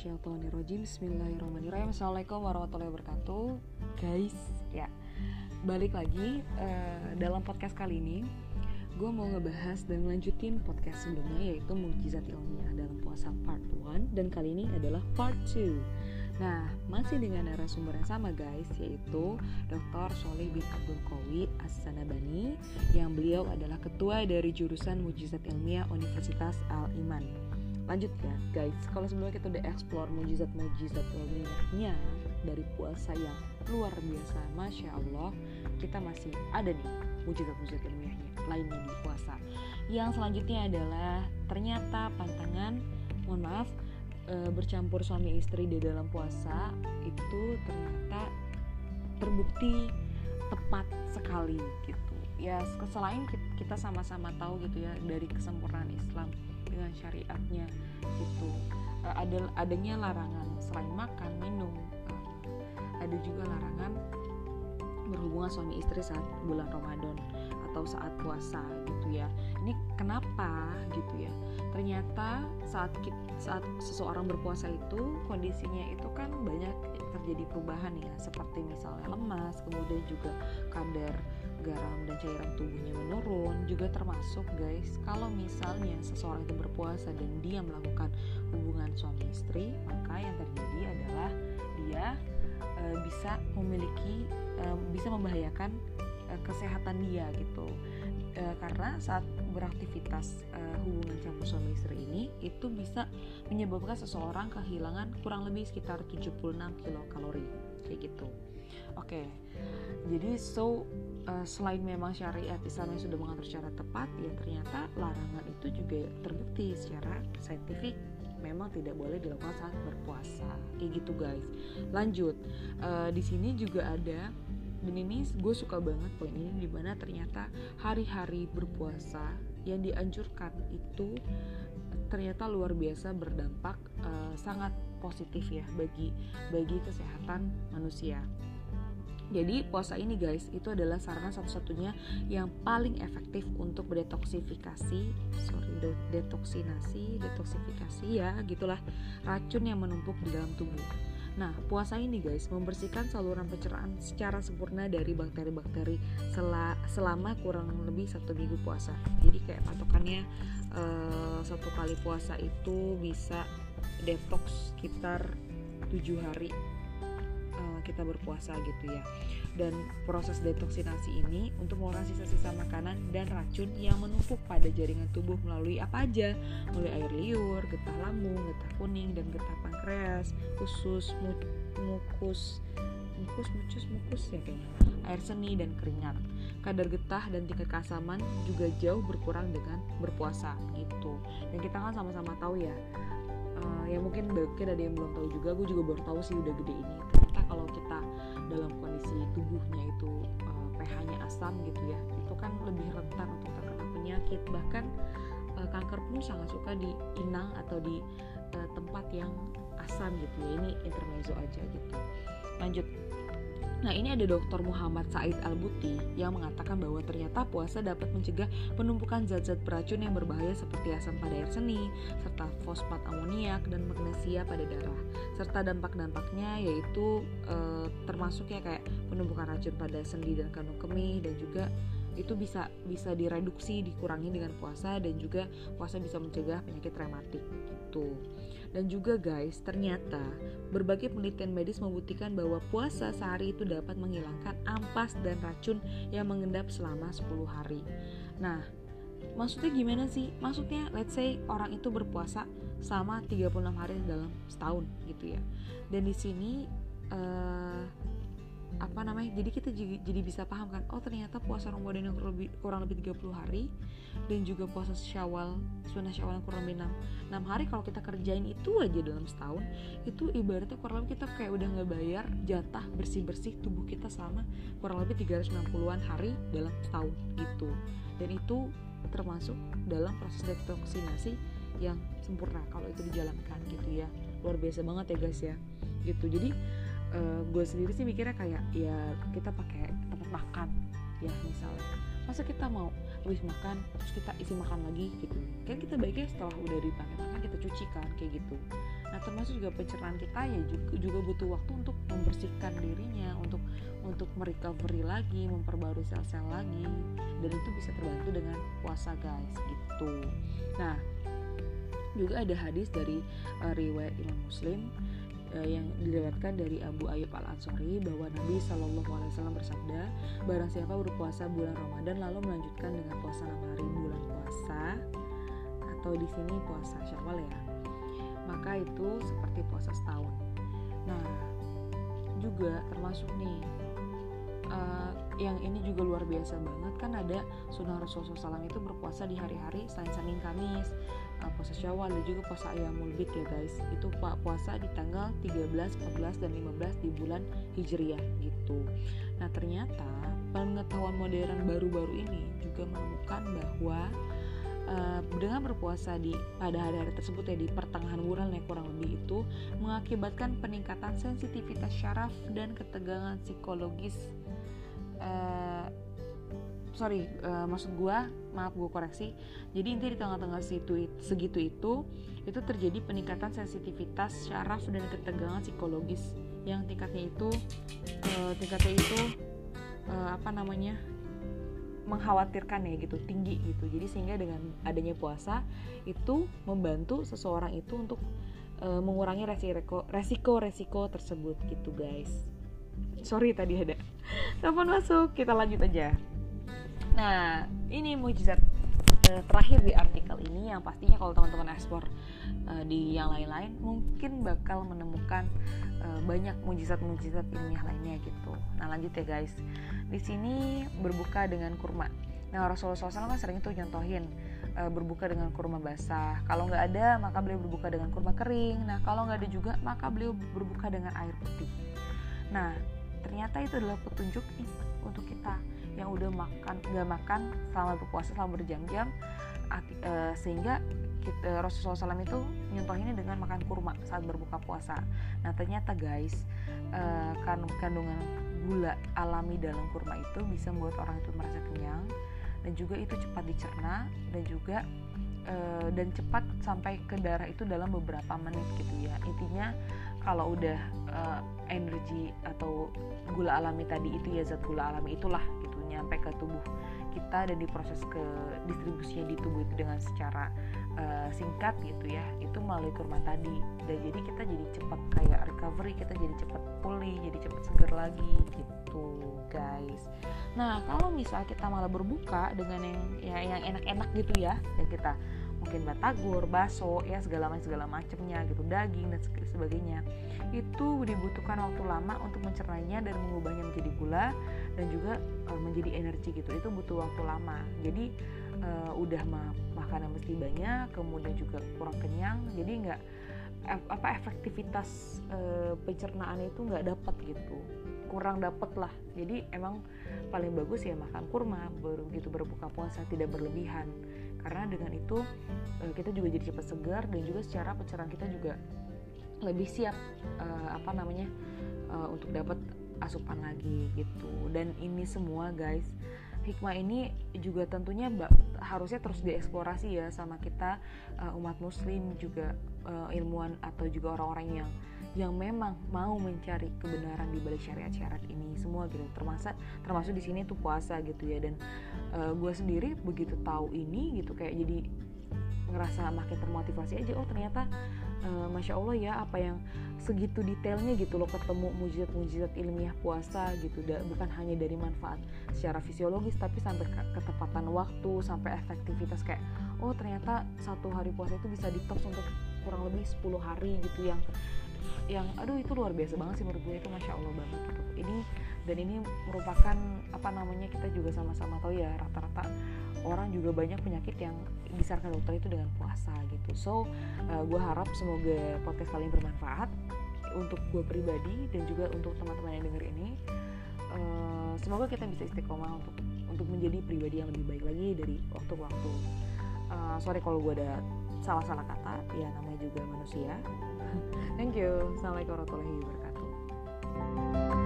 minasyaitonirrajim. Bismillahirrahmanirrahim. Assalamualaikum warahmatullahi wabarakatuh. Guys, ya balik lagi dalam podcast kali ini gue mau ngebahas dan melanjutin podcast sebelumnya, yaitu Mukjizat Ilmiah dalam Puasa Part 1. Dan kali ini adalah Part 2. Nah, masih dengan narasumber yang sama guys, yaitu Dr. Sholih bin Abdul Qawi As-Sanabani, yang beliau adalah ketua dari jurusan Mukjizat Ilmiah Universitas Al-Iman. Lanjut ya guys, kalau sebelumnya kita udah explore mukjizat ilmiahnya dari puasa yang luar biasa, Masya Allah, kita masih ada nih mukjizat ilmiahnya lainnya di puasa. Yang selanjutnya adalah ternyata pantangan, bercampur suami istri di dalam puasa itu ternyata terbukti tepat sekali gitu. Ya selain kita sama-sama tahu gitu ya dari kesempurnaan Islam dengan syariatnya gitu, adanya larangan selain makan, minum, ada juga larangan berhubungan suami istri saat bulan Ramadan atau saat puasa gitu ya. Ini kenapa gitu ya? Ternyata saat seseorang berpuasa itu kondisinya itu kan banyak terjadi perubahan ya, seperti misalnya lemas, kemudian juga kadar garam dan cairan tubuhnya menurun. Juga termasuk guys, kalau misalnya seseorang itu berpuasa dan dia melakukan hubungan suami istri, maka yang terjadi adalah dia bisa membahayakan kesehatan dia gitu. Karena saat beraktivitas hubungan campur suami istri ini itu bisa menyebabkan seseorang kehilangan kurang lebih sekitar 76 kilokalori kayak gitu. Oke. Jadi selain memang syariat Islam yang sudah mengatur secara tepat, ya ternyata larangan itu juga terbukti secara saintifik memang tidak boleh dilakukan saat berpuasa kayak gitu guys. Lanjut, di sini juga ada, dan ini gue suka banget poin ini, dimana ternyata hari-hari berpuasa yang dianjurkan itu ternyata luar biasa berdampak sangat positif ya bagi kesehatan manusia. Jadi puasa ini guys, itu adalah sarana satu-satunya yang paling efektif untuk detoksifikasi ya gitulah racun yang menumpuk di dalam tubuh. Nah, puasa ini guys membersihkan saluran pencernaan secara sempurna dari bakteri-bakteri selama kurang lebih 1 minggu puasa. Jadi kayak patokannya 1 kali puasa itu bisa detoks sekitar 7 hari kita berpuasa gitu ya. Dan proses detoksinasi ini untuk mengeluarkan sisa-sisa makanan dan racun yang menumpuk pada jaringan tubuh melalui apa aja? Melalui air liur, getah lambung, getah kuning, dan getah pankreas, usus, mukus ya kayaknya, air seni, dan keringat. Kadar getah dan tingkat keasaman juga jauh berkurang dengan berpuasa gitu. Dan kita kan sama-sama tahu ya, ya mungkin ada yang belum tahu juga, gue juga baru tahu sih udah gede ini. Ternyata kalau kita dalam kondisi tubuhnya itu pH-nya asam gitu ya, itu kan lebih rentan untuk terkena penyakit. Bahkan kanker pun sangat suka di inang atau di tempat yang asam gitu ya. Ini intermezzo aja gitu. Lanjut. Nah, ini ada Dr. Muhammad Said Al-Buti yang mengatakan bahwa ternyata puasa dapat mencegah penumpukan zat-zat beracun yang berbahaya seperti asam pada air seni, serta fosfat amoniak dan magnesia pada darah. Serta dampak-dampaknya yaitu termasuk ya kayak penumpukan racun pada sendi dan kandung kemih, dan juga itu bisa direduksi, dikurangi dengan puasa, dan juga puasa bisa mencegah penyakit rematik gitu. Dan juga guys, ternyata berbagai penelitian medis membuktikan bahwa puasa sehari itu dapat menghilangkan ampas dan racun yang mengendap selama 10 hari. Nah, maksudnya gimana sih? Maksudnya let's say orang itu berpuasa selama 36 hari dalam setahun gitu ya. Dan di sini jadi kita jadi bisa paham kan, oh ternyata puasa Ramadan yang kurang lebih 30 hari dan juga puasa sunnah Syawal yang kurang lebih 6 hari, kalau kita kerjain itu aja dalam setahun, itu ibaratnya kurang lebih kita kayak udah ngebayar jatah bersih-bersih tubuh kita selama kurang lebih 360-an hari dalam setahun gitu. Dan itu termasuk dalam proses detoksinasi yang sempurna kalau itu dijalankan gitu ya. Luar biasa banget ya guys ya gitu. Jadi gue sendiri sih mikirnya kayak ya kita pakai tempat makan ya, misalnya Masa kita mau habis makan terus kita isi makan lagi gitu, kan kita baiknya setelah udah dipakai makan kita cuci kan, kayak gitu. Nah termasuk juga pencernaan kita ya juga butuh waktu untuk membersihkan dirinya, untuk merecovery lagi, memperbarui sel-sel lagi, dan itu bisa terbantu dengan puasa guys gitu. Nah juga ada hadis dari riwayat Imam Muslim yang diriwayatkan dari Abu Ayyub Al-Ansari bahwa Nabi SAW bersabda, barang siapa berpuasa bulan Ramadan lalu melanjutkan dengan puasa 6 hari bulan puasa, atau di sini puasa Syawal ya, maka itu seperti puasa setahun. Nah juga termasuk nih yang ini juga luar biasa banget, kan ada sunnah Rasulullah SAW itu berpuasa di hari-hari selain Senin Kamis, puasa Syawal dan juga puasa Ayyamul Bid ya guys. Itu puasa di tanggal 13, 14 dan 15 di bulan Hijriyah gitu. Nah ternyata pengetahuan modern baru-baru ini juga menemukan bahwa dengan berpuasa pada hari-hari tersebut ya di pertengahan bulan ya kurang lebih, itu mengakibatkan peningkatan sensitivitas syaraf dan ketegangan psikologis. Maksud gue koreksi. Jadi intinya di tengah-tengah segitu itu terjadi peningkatan sensitivitas syaraf dan ketegangan psikologis yang tingkatnya itu mengkhawatirkan ya gitu, tinggi gitu. Jadi sehingga dengan adanya puasa itu membantu seseorang itu untuk mengurangi resiko tersebut gitu guys. Sorry tadi ada telepon masuk, kita lanjut aja. Nah ini mukjizat terakhir di artikel ini yang pastinya kalau teman-teman ekspor di yang lain-lain mungkin bakal menemukan banyak mukjizat ilmiah lainnya gitu. Nah lanjut ya guys. Di sini berbuka dengan kurma. Nah Rasulullah SAW kan sering tuh nyontohin berbuka dengan kurma basah. Kalau nggak ada maka beliau berbuka dengan kurma kering. Nah kalau nggak ada juga maka beliau berbuka dengan air putih. Nah ternyata itu adalah petunjuk untuk kita yang udah nggak makan selama berpuasa selama berjam-jam, sehingga Rasulullah SAW itu nyontohinnya dengan makan kurma saat berbuka puasa. Nah ternyata guys, kandungan gula alami dalam kurma itu bisa membuat orang itu merasa kenyang, dan juga itu cepat dicerna, dan juga dan cepat sampai ke darah itu dalam beberapa menit gitu ya. Intinya kalau udah energi atau gula alami tadi itu ya, zat gula alami itulah gitu nyampe ke tubuh kita dan diproses ke distribusinya di tubuh itu dengan secara singkat gitu ya, itu melalui kurma tadi. Dan jadi kita jadi cepat kayak recovery, kita jadi cepat pulih, jadi cepat segar lagi gitu guys. Nah kalau misal kita malah berbuka dengan yang enak-enak gitu ya kita mungkin batagor, bakso ya segala macamnya gitu, daging dan sebagainya, itu dibutuhkan waktu lama untuk mencernanya dan mengubahnya menjadi gula dan juga menjadi energi gitu. Itu butuh waktu lama. Jadi udah makanan mesti banyak, kemudian juga kurang kenyang, jadi nggak efektivitas pencernaan itu nggak dapat gitu, kurang dapat lah. Jadi emang paling bagus ya makan kurma begitu berbuka puasa, tidak berlebihan, karena dengan itu kita juga jadi cepat segar dan juga secara pencernaan kita juga lebih siap untuk dapat asupan lagi gitu. Dan ini semua guys, hikmah ini juga tentunya harusnya terus dieksplorasi ya sama kita umat muslim, juga ilmuwan atau juga orang-orang yang memang mau mencari kebenaran di balik syariat-syariat ini semua gitu. Termasuk di sini tuh puasa gitu ya. Dan gue sendiri begitu tahu ini gitu kayak jadi ngerasa makin termotivasi aja. Oh ternyata Masya Allah ya, apa yang segitu detailnya gitu loh, ketemu mujizat ilmiah puasa gitu. Bukan hanya dari manfaat secara fisiologis, tapi sampai ketepatan waktu, sampai efektivitas kayak oh ternyata satu hari puasa itu bisa detox untuk kurang lebih 10 hari gitu, yang aduh itu luar biasa banget sih menurut gue. Itu Masya Allah banget gitu. Ini merupakan kita juga sama-sama tahu ya, rata-rata orang juga banyak penyakit yang disarankan dokter itu dengan puasa gitu. So gue harap semoga podcast kali ini bermanfaat untuk gue pribadi dan juga untuk teman-teman yang denger ini. Semoga kita bisa istiqomah untuk menjadi pribadi yang lebih baik lagi dari waktu ke waktu. Sorry kalau gue ada salah-salah kata, ya namanya juga manusia. Thank you. Assalamualaikum warahmatullahi wabarakatuh.